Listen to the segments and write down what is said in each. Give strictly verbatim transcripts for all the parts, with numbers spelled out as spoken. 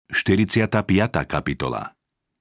štyridsiata piata kapitola.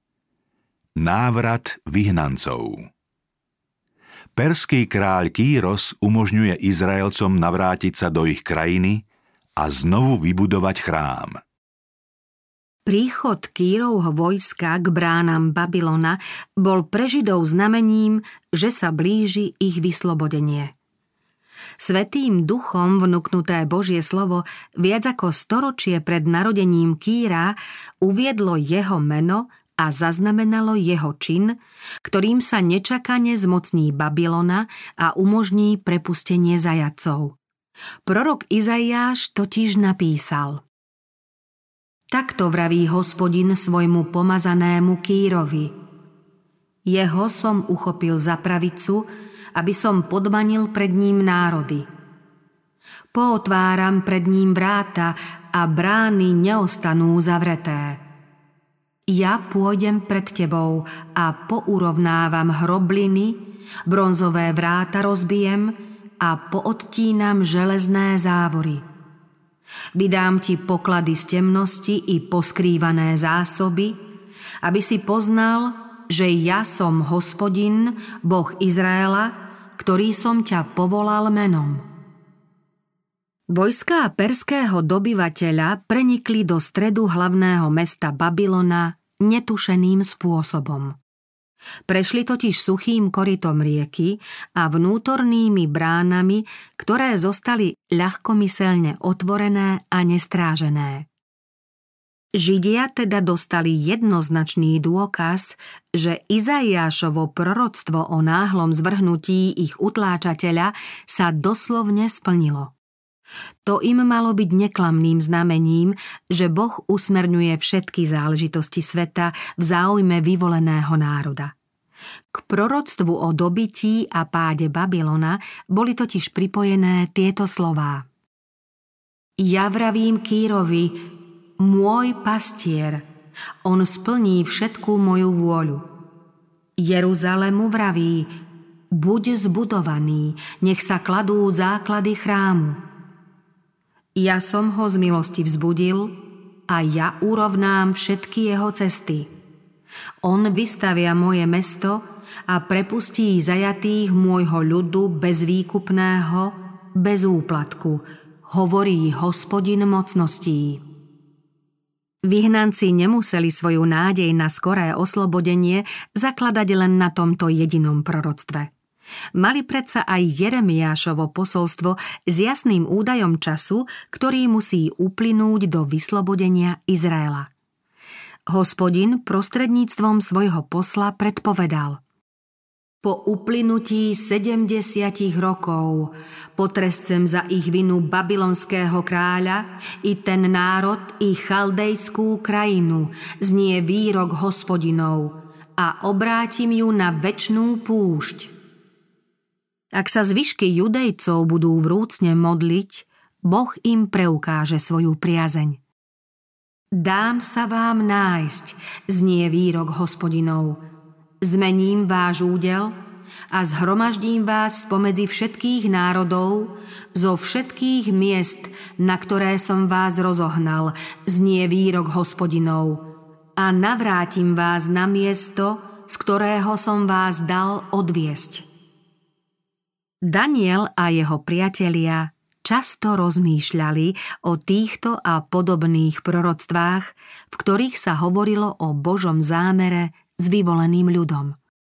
Návrat vyhnancov. Perský kráľ Kýros umožňuje Izraelcom navrátiť sa do ich krajiny a znovu vybudovať chrám. Príchod Kýrovho vojska k bránam Babylona bol pre Židov znamením, že sa blíži ich vyslobodenie. Svätým duchom vnuknuté Božie slovo viac ako storočie pred narodením Kýra uviedlo jeho meno a zaznamenalo jeho čin, ktorým sa nečakane zmocní Babylona a umožní prepustenie zajatcov. Prorok Izaiáš totiž napísal: Takto vraví Hospodin svojmu pomazanému Kýrovi. Jeho som uchopil za pravicu, aby som podmanil pred ním národy. Pootváram pred ním vráta a brány neostanú zavreté. Ja pôjdem pred tebou a pourovnávam hrobliny, bronzové vráta rozbijem a poodtínam železné závory. Vydám ti poklady z temnosti i poskrývané zásoby, aby si poznal, že ja som Hospodin, Boh Izraela, ktorý som ťa povolal menom. Vojská perského dobyvateľa prenikli do stredu hlavného mesta Babylona netušeným spôsobom. Prešli totiž suchým korytom rieky a vnútornými bránami, ktoré zostali ľahkomyselne otvorené a nestrážené. Židia teda dostali jednoznačný dôkaz, že Izaiášovo proroctvo o náhlom zvrhnutí ich utláčateľa sa doslovne splnilo. To im malo byť neklamným znamením, že Boh usmerňuje všetky záležitosti sveta v záujme vyvoleného národa. K proroctvu o dobití a páde Babylona boli totiž pripojené tieto slová: Ja vravím Kýrovi, môj pastier, on splní všetkú moju vôľu. Jeruzalému vraví, buď zbudovaný, nech sa kladú základy chrámu. Ja som ho z milosti vzbudil a ja urovnám všetky jeho cesty. On vystavia moje mesto a prepustí zajatých môjho ľudu bez výkupného, bez úplatku, hovorí Hospodin mocností. Vyhnanci nemuseli svoju nádej na skoré oslobodenie zakladať len na tomto jedinom proroctve. Mali predsa aj Jeremiášovo posolstvo s jasným údajom času, ktorý musí uplynúť do vyslobodenia Izraela. Hospodin prostredníctvom svojho posla predpovedal: Po uplynutí sedemdesiatich rokov potrescem za ich vinu babylonského kráľa i ten národ i chaldejskú krajinu, znie výrok Hospodinov, a obrátim ju na večnú púšť. Ak sa zvyšky Judejcov budú vrúcne modliť, Boh im preukáže svoju priazeň. Dám sa vám nájsť, znie výrok Hospodinov. Zmením váš údel a zhromaždím vás spomedzi všetkých národov, zo všetkých miest, na ktoré som vás rozohnal, znie výrok Hospodinov, a navrátim vás na miesto, z ktorého som vás dal odviesť. Daniel a jeho priatelia často rozmýšľali o týchto a podobných proroctvách, v ktorých sa hovorilo o Božom zámere s vyvoleným ľudom.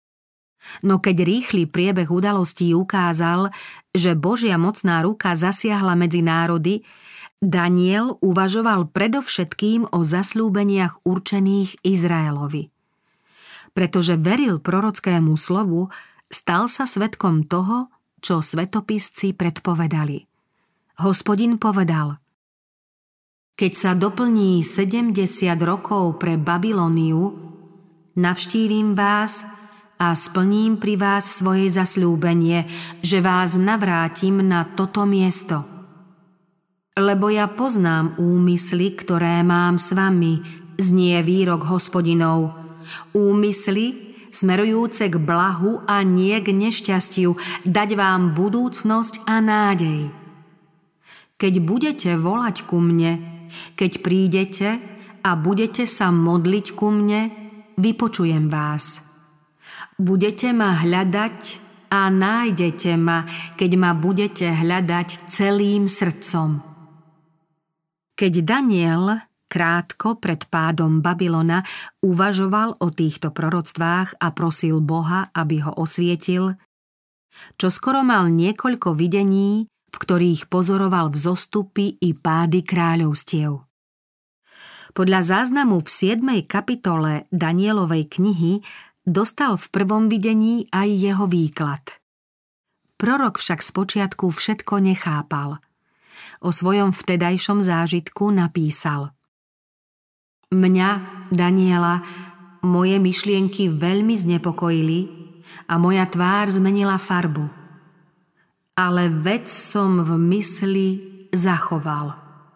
No keď rýchly priebeh udalostí ukázal, že Božia mocná ruka zasiahla medzi národy, Daniel uvažoval predovšetkým o zasľúbeniach určených Izraelovi. Pretože veril prorockému slovu, stal sa svedkom toho, čo svetopisci predpovedali. Hospodin povedal: Keď sa doplní sedemdesiat rokov pre Babyloniu, navštívim vás a splním pri vás svoje zasľúbenie, že vás navrátim na toto miesto. Lebo ja poznám úmysly, ktoré mám s vami, znie výrok Hospodinov. Úmysly smerujúce k blahu a nie k nešťastiu, dať vám budúcnosť a nádej. Keď budete volať ku mne, keď prídete a budete sa modliť ku mne, vypočujem vás. Budete ma hľadať a nájdete ma, keď ma budete hľadať celým srdcom. Keď Daniel krátko pred pádom Babylona uvažoval o týchto proroctvách a prosil Boha, aby ho osvietil, čoskoro mal niekoľko videní, v ktorých pozoroval vzostupy i pády kráľovstiev. Podľa záznamu v siedmej kapitole Danielovej knihy dostal v prvom videní aj jeho výklad. Prorok však spočiatku všetko nechápal. O svojom vtedajšom zážitku napísal: Mňa, Daniela, moje myšlienky veľmi znepokojili a moja tvár zmenila farbu. Ale vec som v mysli zachoval.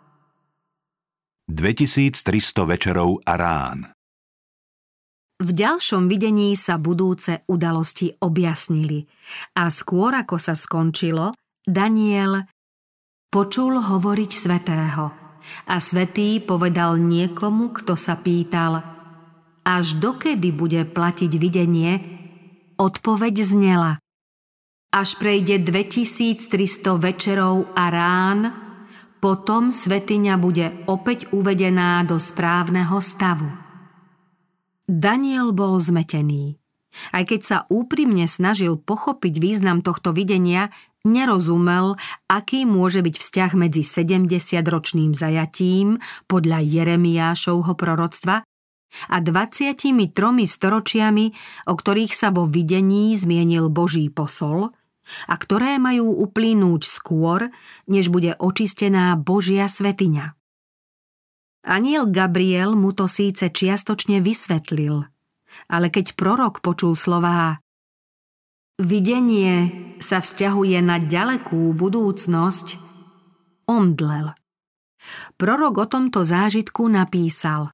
dvetisíctristo večerov a rán. V ďalšom videní sa budúce udalosti objasnili a skôr ako sa skončilo, Daniel počul hovoriť svätého a svätý povedal niekomu, kto sa pýtal: až dokedy bude platiť videnie? Odpoveď znela: až prejde dvetisíctristo večerov a rán, potom svätyňa bude opäť uvedená do správneho stavu. Daniel bol zmetený. Aj keď sa úprimne snažil pochopiť význam tohto videnia, nerozumel, aký môže byť vzťah medzi sedemdesiatročným zajatím podľa Jeremiášovho proroctva a dvadsiatimi tromi storočiami, o ktorých sa vo videní zmienil Boží posol a ktoré majú uplynúť skôr, než bude očistená Božia svätyňa. Anjel Gabriel mu to síce čiastočne vysvetlil, ale keď prorok počul slová: videnie sa vzťahuje na ďalekú budúcnosť, omdlel. Prorok o tomto zážitku napísal: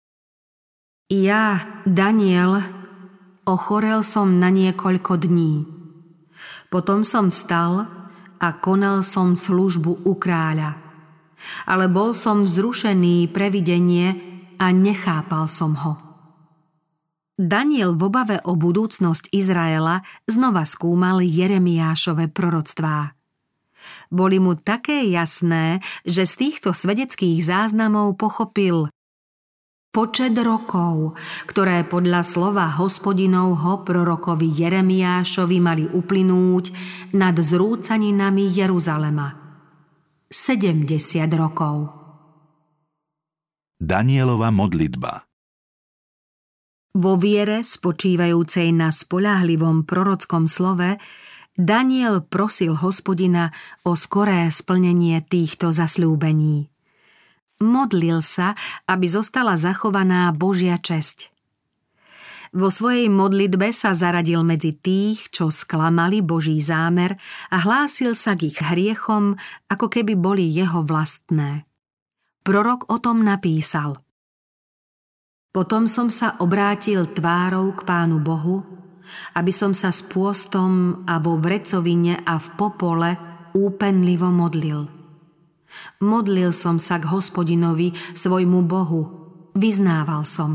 ja, Daniel, ochorel som na niekoľko dní. Potom som vstal a konal som službu u kráľa. Ale bol som vzrušený pre videnie a nechápal som ho. Daniel v obave o budúcnosť Izraela znova skúmal Jeremiášove proroctvá. Boli mu také jasné, že z týchto svedeckých záznamov pochopil počet rokov, ktoré podľa slova Hospodinovho prorokovi Jeremiášovi mali uplynúť nad zrúcaninami Jeruzalema. sedemdesiat rokov. Danielova modlitba. Vo viere, spočívajúcej na spoľahlivom prorockom slove, Daniel prosil Hospodina o skoré splnenie týchto zasľúbení. Modlil sa, aby zostala zachovaná Božia česť. Vo svojej modlitbe sa zaradil medzi tých, čo sklamali Boží zámer a hlásil sa k ich hriechom, ako keby boli jeho vlastné. Prorok o tom napísal: potom som sa obrátil tvárou k Pánu Bohu, aby som sa s pôstom a vo vrecovine a v popole úpenlivo modlil. Modlil som sa k Hospodinovi, svojmu Bohu, vyznával som.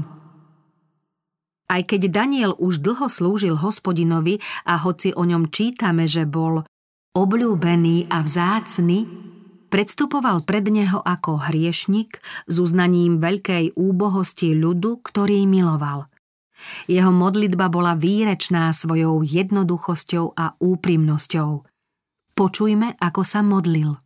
Aj keď Daniel už dlho slúžil Hospodinovi a hoci o ňom čítame, že bol obľúbený a vzácny, predstupoval pred neho ako hriešnik s uznaním veľkej úbohosti ľudu, ktorý miloval. Jeho modlitba bola výrečná svojou jednoduchosťou a úprimnosťou. Počujme, ako sa modlil.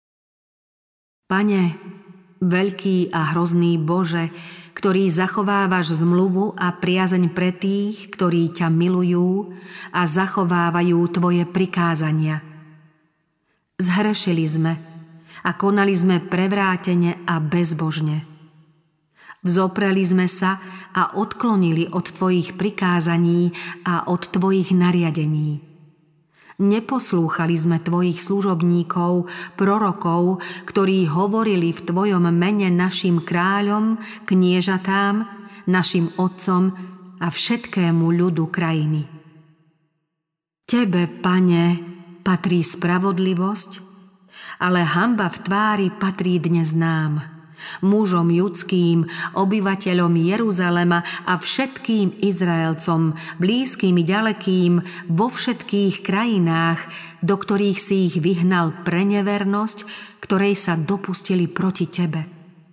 Pane, veľký a hrozný Bože, ktorý zachovávaš zmluvu a priazeň pre tých, ktorí ťa milujú a zachovávajú tvoje prikázania. Zhrešili sme a konali sme prevrátene a bezbožne. Vzopreli sme sa a odklonili od tvojich prikázaní a od tvojich nariadení. Neposlúchali sme tvojich služobníkov, prorokov, ktorí hovorili v tvojom mene našim kráľom, kniežatám, našim otcom a všetkému ľudu krajiny. Tebe, Pane, patrí spravodlivosť, ale hanba v tvári patrí dnes nám, mužom judským, obyvateľom Jeruzalema a všetkým Izraelcom, blízkym i ďalekým, vo všetkých krajinách, do ktorých si ich vyhnal pre nevernosť, ktorej sa dopustili proti tebe.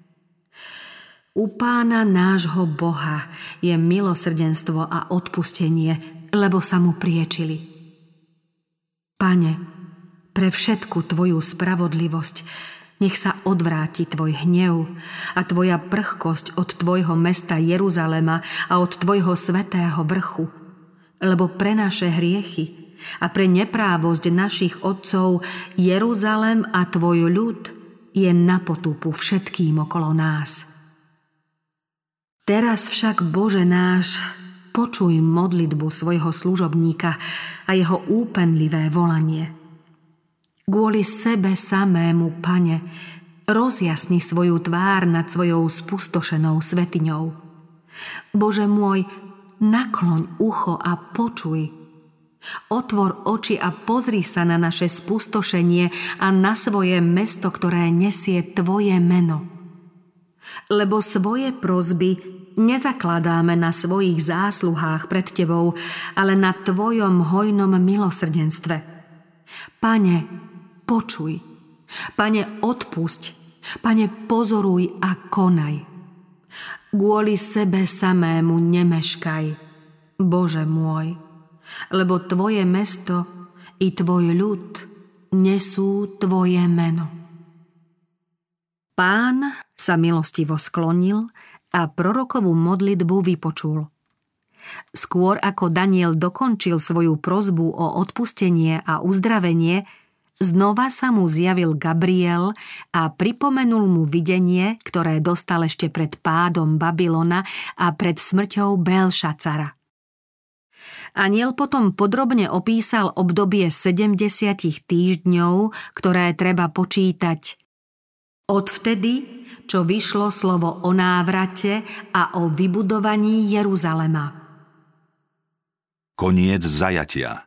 U Pána nášho Boha je milosrdenstvo a odpustenie, lebo sa mu priečili. Pane, pre všetku tvoju spravodlivosť nech sa odvráti tvoj hnev a tvoja prchkosť od tvojho mesta Jeruzalema a od tvojho svätého vrchu, lebo pre naše hriechy a pre neprávosť našich otcov Jeruzalem a tvoj ľud je na potupu všetkým okolo nás. Teraz však, Bože náš, počuj modlitbu svojho služobníka a jeho úpenlivé volanie. Kvôli sebe samému, Pane, rozjasni svoju tvár nad svojou spustošenou svetiňou. Bože môj, nakloň ucho a počuj. Otvor oči a pozri sa na naše spustošenie a na svoje mesto, ktoré nesie Tvoje meno. Lebo svoje prosby nezakladáme na svojich zásluhách pred Tebou, ale na Tvojom hojnom milosrdenstve. Pane, počuj. Pane, odpusť. Pane, pozoruj a konaj. Kvôli sebe samému nemeškaj, Bože môj, lebo Tvoje mesto i Tvoj ľud nesú Tvoje meno. Pán sa milostivo sklonil a prorokovú modlitbu vypočul. Skôr ako Daniel dokončil svoju prosbu o odpustenie a uzdravenie, znova sa mu zjavil Gabriel a pripomenul mu videnie, ktoré dostal ešte pred pádom Babylona a pred smrťou Belšacara. Anjel potom podrobne opísal obdobie sedemdesiatich týždňov, ktoré treba počítať odvtedy, čo vyšlo slovo o návrate a o vybudovaní Jeruzalema. Koniec zajatia.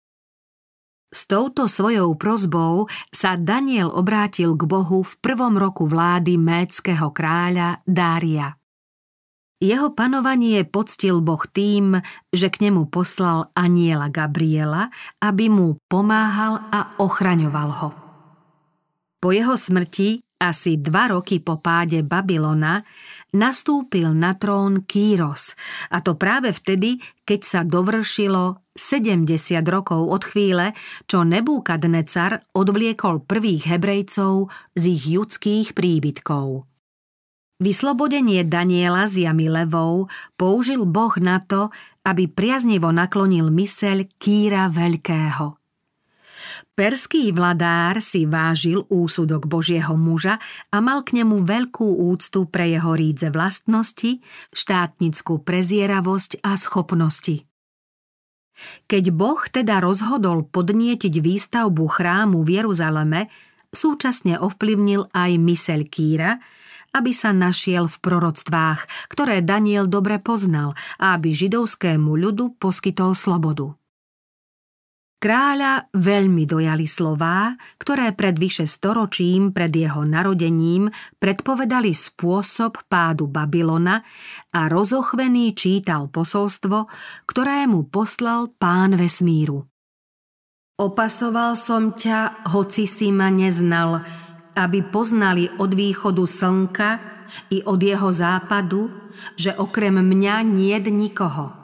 S touto svojou prosbou sa Daniel obrátil k Bohu v prvom roku vlády médskeho kráľa Dária. Jeho panovanie poctil Boh tým, že k nemu poslal anjela Gabriela, aby mu pomáhal a ochraňoval ho. Po jeho smrti, asi dva roky po páde Babylona, nastúpil na trón Kýros, a to práve vtedy, keď sa dovršilo sedemdesiat rokov od chvíle, čo Nebúkadnecar odvliekol prvých Hebrejcov z ich judských príbytkov. Vyslobodenie Daniela z jamy levov použil Boh na to, aby priaznivo naklonil myseľ Kýra Veľkého. Perský vladár si vážil úsudok Božieho muža a mal k nemu veľkú úctu pre jeho rídze vlastnosti, štátnickú prezieravosť a schopnosti. Keď Boh teda rozhodol podnietiť výstavbu chrámu v Jeruzaleme, súčasne ovplyvnil aj myseľ Kýra, aby sa našiel v proroctvách, ktoré Daniel dobre poznal, a aby židovskému ľudu poskytol slobodu. Kráľa veľmi dojali slová, ktoré pred vyše storočím pred jeho narodením predpovedali spôsob pádu Babylona, a rozochvený čítal posolstvo, ktoré mu poslal Pán vesmíru. Opasoval som ťa, hoci si ma neznal, aby poznali od východu slnka i od jeho západu, že okrem mňa niet nikoho.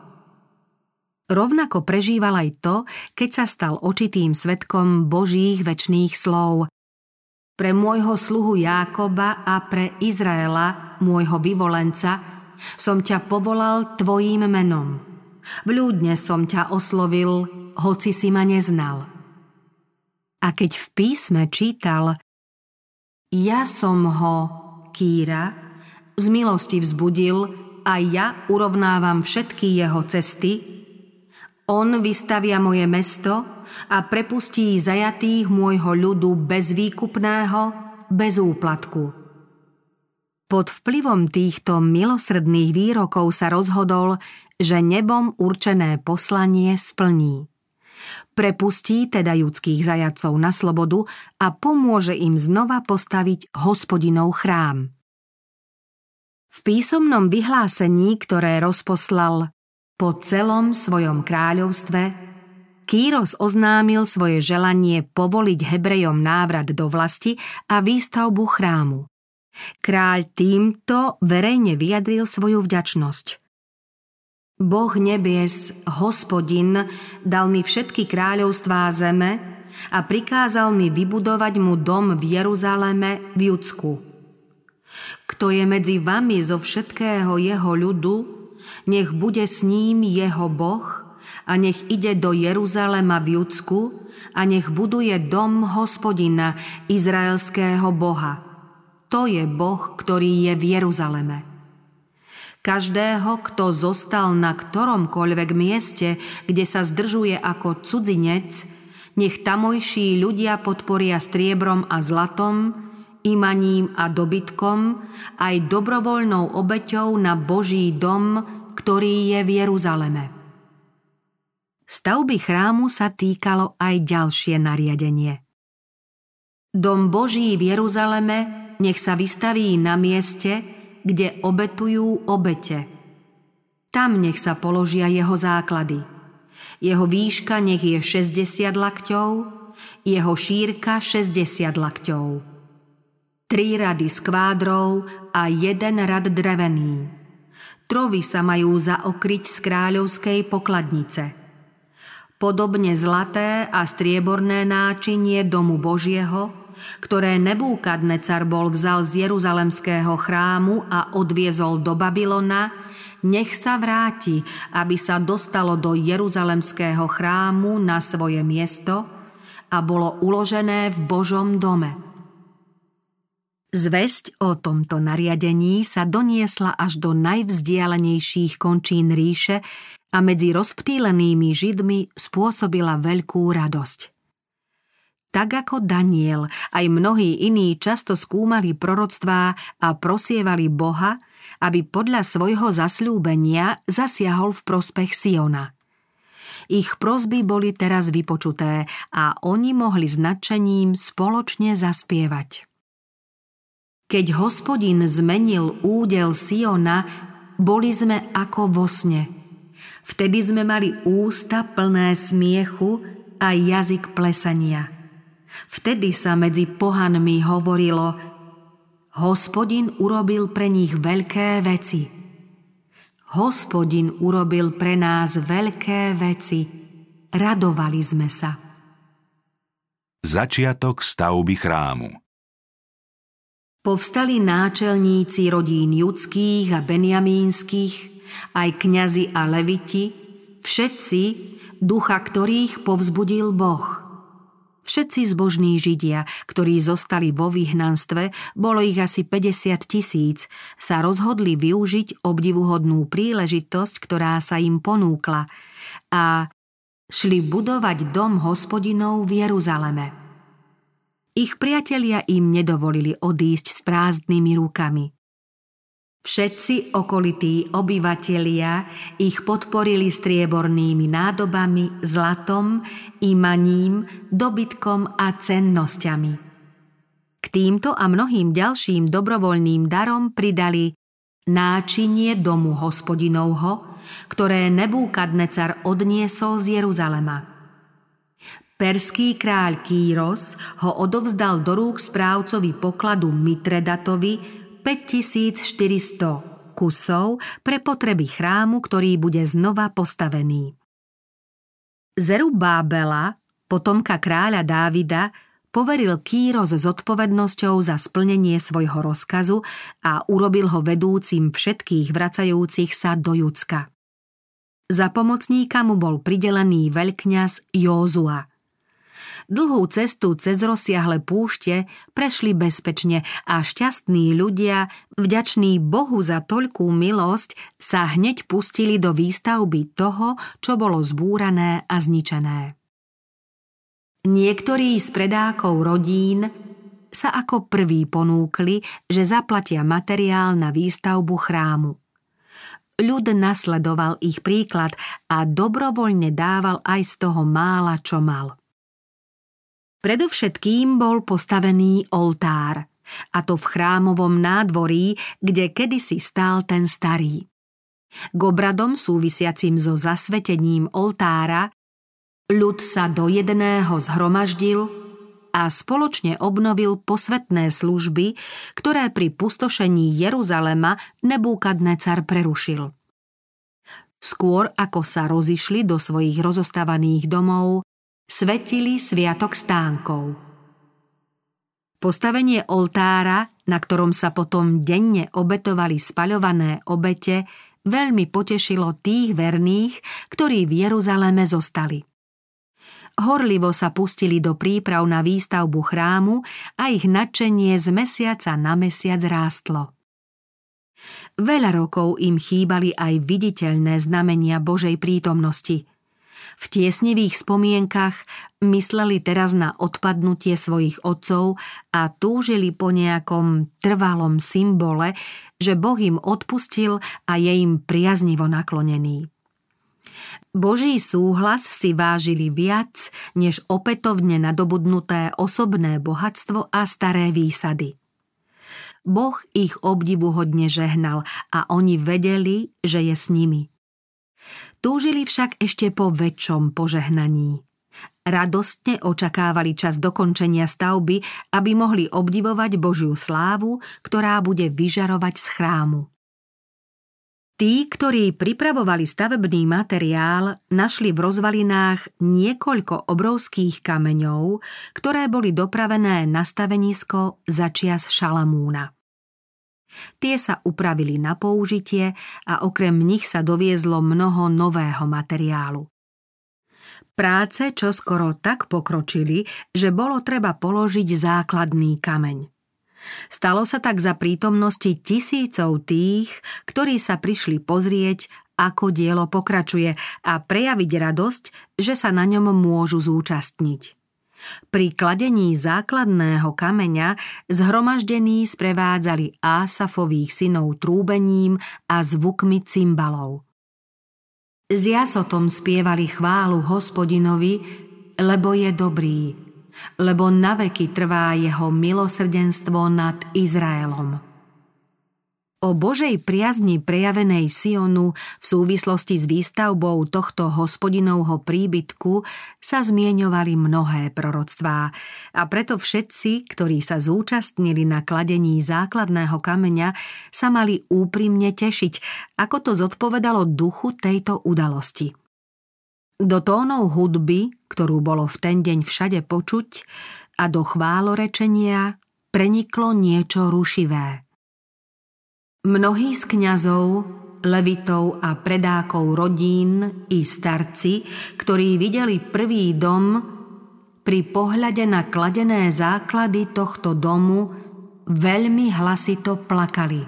Rovnako prežíval aj to, keď sa stal očitým svedkom Božích večných slov. Pre môjho sluhu Jákoba a pre Izraela, môjho vyvolenca, som ťa povolal tvojím menom. Vľúdne som ťa oslovil, hoci si ma neznal. A keď v písme čítal: Ja som ho, Kýra, z milosti vzbudil a ja urovnávam všetky jeho cesty, on vystavia moje mesto a prepustí zajatých môjho ľudu bez výkupného, bez úplatku. Pod vplyvom týchto milosrdných výrokov sa rozhodol, že nebom určené poslanie splní. Prepustí teda judských zajatcov na slobodu a pomôže im znova postaviť Hospodinov chrám. V písomnom vyhlásení, ktoré rozposlal po celom svojom kráľovstve, Kýros oznámil svoje želanie povoliť Hebrejom návrat do vlasti a výstavbu chrámu. Kráľ týmto verejne vyjadril svoju vďačnosť. Boh nebies, Hospodin, dal mi všetky kráľovstvá zeme a prikázal mi vybudovať mu dom v Jeruzaleme v Judsku. Kto je medzi vami zo všetkého jeho ľudu, nech bude s ním jeho Boh a nech ide do Jeruzalema v Judsku a nech buduje dom Hospodina, izraelského Boha. To je Boh, ktorý je v Jeruzaleme. Každého, kto zostal na ktoromkoľvek mieste, kde sa zdržuje ako cudzinec, nech tamojší ľudia podporia striebrom a zlatom, imaním a dobytkom, aj dobrovoľnou obeťou na Boží dom, ktorý je v Jeruzaleme. Stavby chrámu sa týkalo aj ďalšie nariadenie. Dom Boží v Jeruzaleme nech sa vystaví na mieste, kde obetujú obete. Tam nech sa položia jeho základy. Jeho výška nech je šesťdesiat lakťov, jeho šírka šesťdesiat lakťov. Tri rady skvádrov a jeden rad drevený. Trovy sa majú zaokryť z kráľovskej pokladnice. Podobne zlaté a strieborné náčinie domu Božieho, ktoré Nebúkadnecar bol vzal z Jeruzalemského chrámu a odviezol do Babylona, nech sa vráti, aby sa dostalo do Jeruzalemského chrámu na svoje miesto a bolo uložené v Božom dome. Zvesť o tomto nariadení sa doniesla až do najvzdialenejších končín ríše a medzi rozptýlenými Židmi spôsobila veľkú radosť. Tak ako Daniel, aj mnohí iní často skúmali proroctvá a prosievali Boha, aby podľa svojho zasľúbenia zasiahol v prospech Siona. Ich prosby boli teraz vypočuté a oni mohli s nadšením spoločne zaspievať. Keď Hospodin zmenil údel Siona, boli sme ako vo sne. Vtedy sme mali ústa plné smiechu a jazyk plesania. Vtedy sa medzi pohanmi hovorilo: Hospodin urobil pre nich veľké veci. Hospodin urobil pre nás veľké veci. Radovali sme sa. Začiatok stavby chrámu. Povstali náčelníci rodín judských a benjamínskych, aj kňazi a leviti, všetci, ducha ktorých povzbudil Boh. Všetci zbožní Židia, ktorí zostali vo vyhnanstve, bolo ich asi päťdesiat tisíc, sa rozhodli využiť obdivuhodnú príležitosť, ktorá sa im ponúkla, a šli budovať dom Hospodinov v Jeruzaleme. Ich priatelia im nedovolili odísť s prázdnymi rukami. Všetci okolití obyvatelia ich podporili striebornými nádobami, zlatom, imaním, dobytkom a cennosťami. K týmto a mnohým ďalším dobrovoľným darom pridali náčinie domu Hospodinovho, ktoré Nebúkadnecar odniesol z Jeruzalema. Perský kráľ Kýros ho odovzdal do rúk správcovi pokladu Mitredatovi päťtisícštyristo kusov pre potreby chrámu, ktorý bude znova postavený. Zerubábela, potomka kráľa Dávida, poveril Kýros s odpovednosťou za splnenie svojho rozkazu a urobil ho vedúcim všetkých vracajúcich sa do Judska. Za pomocníka mu bol pridelený veľkňaz Józua. Dlhú cestu cez rozsiahle púšte prešli bezpečne a šťastní ľudia, vďační Bohu za toľkú milosť, sa hneď pustili do výstavby toho, čo bolo zbúrané a zničené. Niektorí z predákov rodín sa ako prví ponúkli, že zaplatia materiál na výstavbu chrámu. Ľud nasledoval ich príklad a dobrovoľne dával aj z toho mála, čo mal. Predovšetkým bol postavený oltár. A to v chrámovom nádvorí, kde kedysi stál ten starý. K obradom súvisiacim so zasvetením oltára ľud sa do jedného zhromaždil a spoločne obnovil posvätné služby, ktoré pri pustošení Jeruzalema Nebúkadnecar prerušil. Skôr ako sa rozišli do svojich rozostávaných domov, svetili sviatok stánkov. Postavenie oltára, na ktorom sa potom denne obetovali spaľované obete, veľmi potešilo tých verných, ktorí v Jeruzaleme zostali. Horlivo sa pustili do príprav na výstavbu chrámu a ich nadšenie z mesiaca na mesiac rástlo. Veľa rokov im chýbali aj viditeľné znamenia Božej prítomnosti. V tiesnivých spomienkach mysleli teraz na odpadnutie svojich otcov a túžili po nejakom trvalom symbole, že Boh im odpustil a je im priaznivo naklonený. Boží súhlas si vážili viac než opätovne nadobudnuté osobné bohatstvo a staré výsady. Boh ich obdivuhodne žehnal a oni vedeli, že je s nimi. Túžili však ešte po väčšom požehnaní. Radostne očakávali čas dokončenia stavby, aby mohli obdivovať Božiu slávu, ktorá bude vyžarovať z chrámu. Tí, ktorí pripravovali stavebný materiál, našli v rozvalinách niekoľko obrovských kameňov, ktoré boli dopravené na stavenisko za čias Šalamúna. Tie sa upravili na použitie a okrem nich sa doviezlo mnoho nového materiálu. Práce čoskoro tak pokročili, že bolo treba položiť základný kameň. Stalo sa tak za prítomnosti tisícov tých, ktorí sa prišli pozrieť, ako dielo pokračuje a prejaviť radosť, že sa na ňom môžu zúčastniť. Pri kladení základného kameňa zhromaždení sprevádzali Ásafových synov trúbením a zvukmi cymbalov. S jasotom spievali chválu Hospodinovi, lebo je dobrý, lebo naveky trvá jeho milosrdenstvo nad Izraelom. O Božej priazni prejavenej Sionu v súvislosti s výstavbou tohto Hospodinovho príbytku sa zmieňovali mnohé proroctvá a preto všetci, ktorí sa zúčastnili na kladení základného kameňa, sa mali úprimne tešiť, ako to zodpovedalo duchu tejto udalosti. Do tónov hudby, ktorú bolo v ten deň všade počuť, a do chválorečenia preniklo niečo rušivé. Mnohí z kňazov, levitov a predákov rodín i starci, ktorí videli prvý dom, pri pohľade na kladené základy tohto domu veľmi hlasito plakali.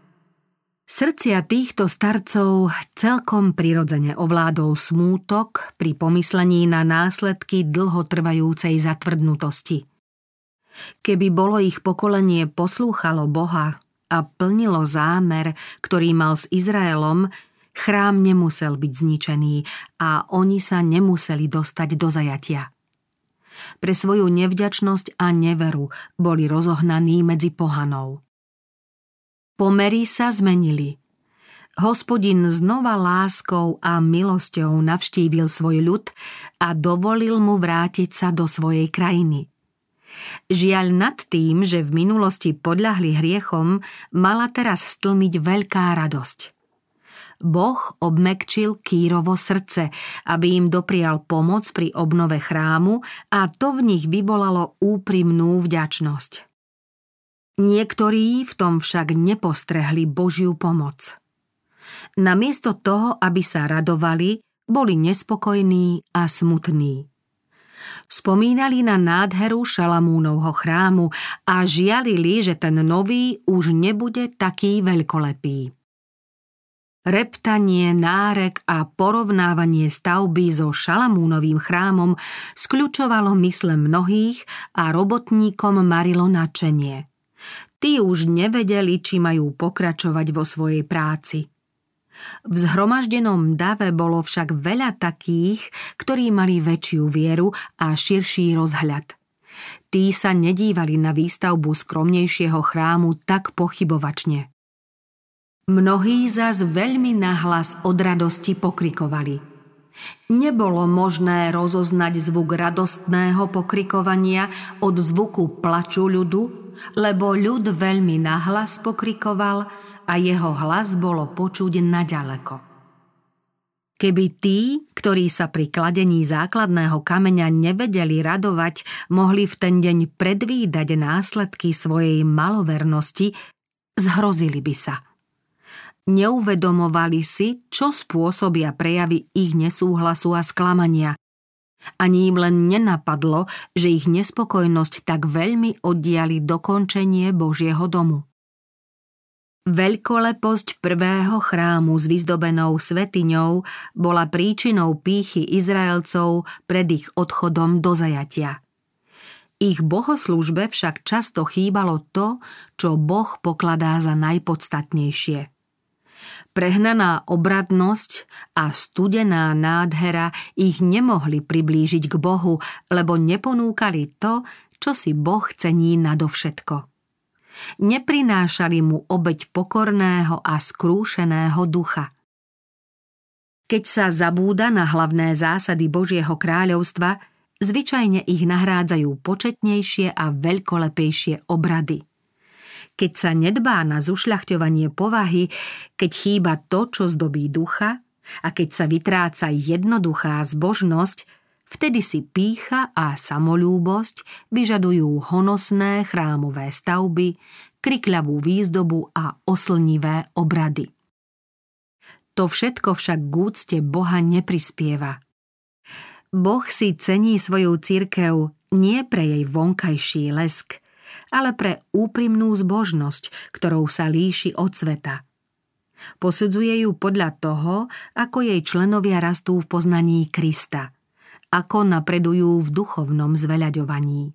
Srdcia týchto starcov celkom prirodzene ovládol smútok pri pomyslení na následky dlhotrvajúcej zatvrdnutosti. Keby bolo ich pokolenie poslúchalo Boha a plnilo zámer, ktorý mal s Izraelom, chrám nemusel byť zničený a oni sa nemuseli dostať do zajatia. Pre svoju nevďačnosť a neveru boli rozohnaní medzi pohanov. Pomery sa zmenili. Hospodin znova láskou a milosťou navštívil svoj ľud a dovolil mu vrátiť sa do svojej krajiny. Žiaľ nad tým, že v minulosti podľahli hriechom, mala teraz stlmiť veľká radosť. Boh obmekčil Kýrovo srdce, aby im doprial pomoc pri obnove chrámu a to v nich vyvolalo úprimnú vďačnosť. Niektorí v tom však nepostrehli Božiu pomoc. Namiesto toho, aby sa radovali, boli nespokojní a smutní. Spomínali na nádheru Šalamúnovho chrámu a žialili, že ten nový už nebude taký veľkolepý. Reptanie, nárek a porovnávanie stavby so Šalamúnovým chrámom skľučovalo mysle mnohých a robotníkom marilo nadšenie. Tí už nevedeli, či majú pokračovať vo svojej práci. V zhromaždenom dave bolo však veľa takých, ktorí mali väčšiu vieru a širší rozhľad. Tí sa nedívali na výstavbu skromnejšieho chrámu tak pochybovačne. Mnohí zas veľmi nahlas od radosti pokrikovali. Nebolo možné rozoznať zvuk radostného pokrikovania od zvuku plaču ľudu, lebo ľud veľmi nahlas pokrikoval a jeho hlas bolo počuť naďaleko. Keby tí, ktorí sa pri kladení základného kameňa nevedeli radovať, mohli v ten deň predvídať následky svojej malovernosti, zhrozili by sa. Neuvedomovali si, čo spôsobia prejavy ich nesúhlasu a sklamania. Ani im len nenapadlo, že ich nespokojnosť tak veľmi oddiali dokončenie Božieho domu. Veľkoleposť prvého chrámu s vyzdobenou svätyňou bola príčinou pýchy Izraelcov pred ich odchodom do zajatia. Ich bohoslúžbe však často chýbalo to, čo Boh pokladá za najpodstatnejšie. Prehnaná obradnosť a studená nádhera ich nemohli priblížiť k Bohu, lebo neponúkali to, čo si Boh cení nadovšetko. Neprinášali mu obeť pokorného a skrúšeného ducha. Keď sa zabúda na hlavné zásady Božieho kráľovstva, zvyčajne ich nahrádzajú početnejšie a veľkolepejšie obrady. Keď sa nedbá na zušľachťovanie povahy, keď chýba to, čo zdobí ducha, a keď sa vytráca jednoduchá zbožnosť, vtedy si pýcha a samolúbosť vyžadujú honosné chrámové stavby, krikľavú výzdobu a oslnivé obrady. To všetko však k úcte Boha neprispieva. Boh si cení svoju cirkev nie pre jej vonkajší lesk, ale pre úprimnú zbožnosť, ktorou sa líši od sveta. Posudzuje ju podľa toho, ako jej členovia rastú v poznaní Krista, ako napredujú v duchovnom zveľaďovaní.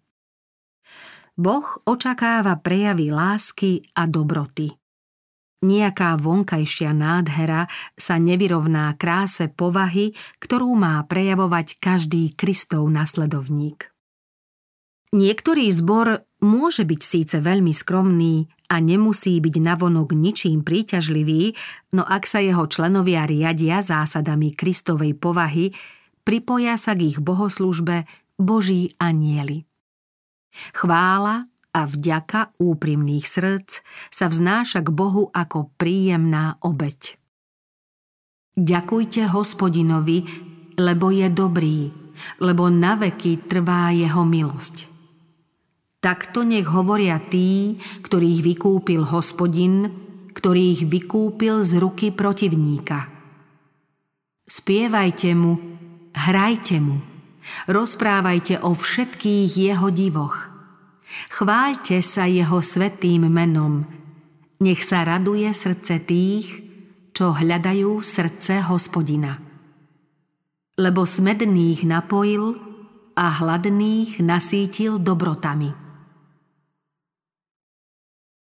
Boh očakáva prejavy lásky a dobroty. Nejaká vonkajšia nádhera sa nevyrovná kráse povahy, ktorú má prejavovať každý Kristov nasledovník. Niektorý zbor môže byť síce veľmi skromný a nemusí byť navonok ničím príťažlivý, no ak sa jeho členovia riadia zásadami Kristovej povahy, pripoja sa k ich bohoslužbe Boží anjeli. Chvála a vďaka úprimných srdc sa vznáša k Bohu ako príjemná obeť. Ďakujte Hospodinovi, lebo je dobrý, lebo naveky trvá jeho milosť. Takto nech hovoria tí, ktorých vykúpil Hospodin, ktorých vykúpil z ruky protivníka. Spievajte mu, hrajte mu, rozprávajte o všetkých jeho divoch. Chváľte sa jeho svätým menom, nech sa raduje srdce tých, čo hľadajú srdce Hospodina. Lebo smedných napojil a hladných nasítil dobrotami.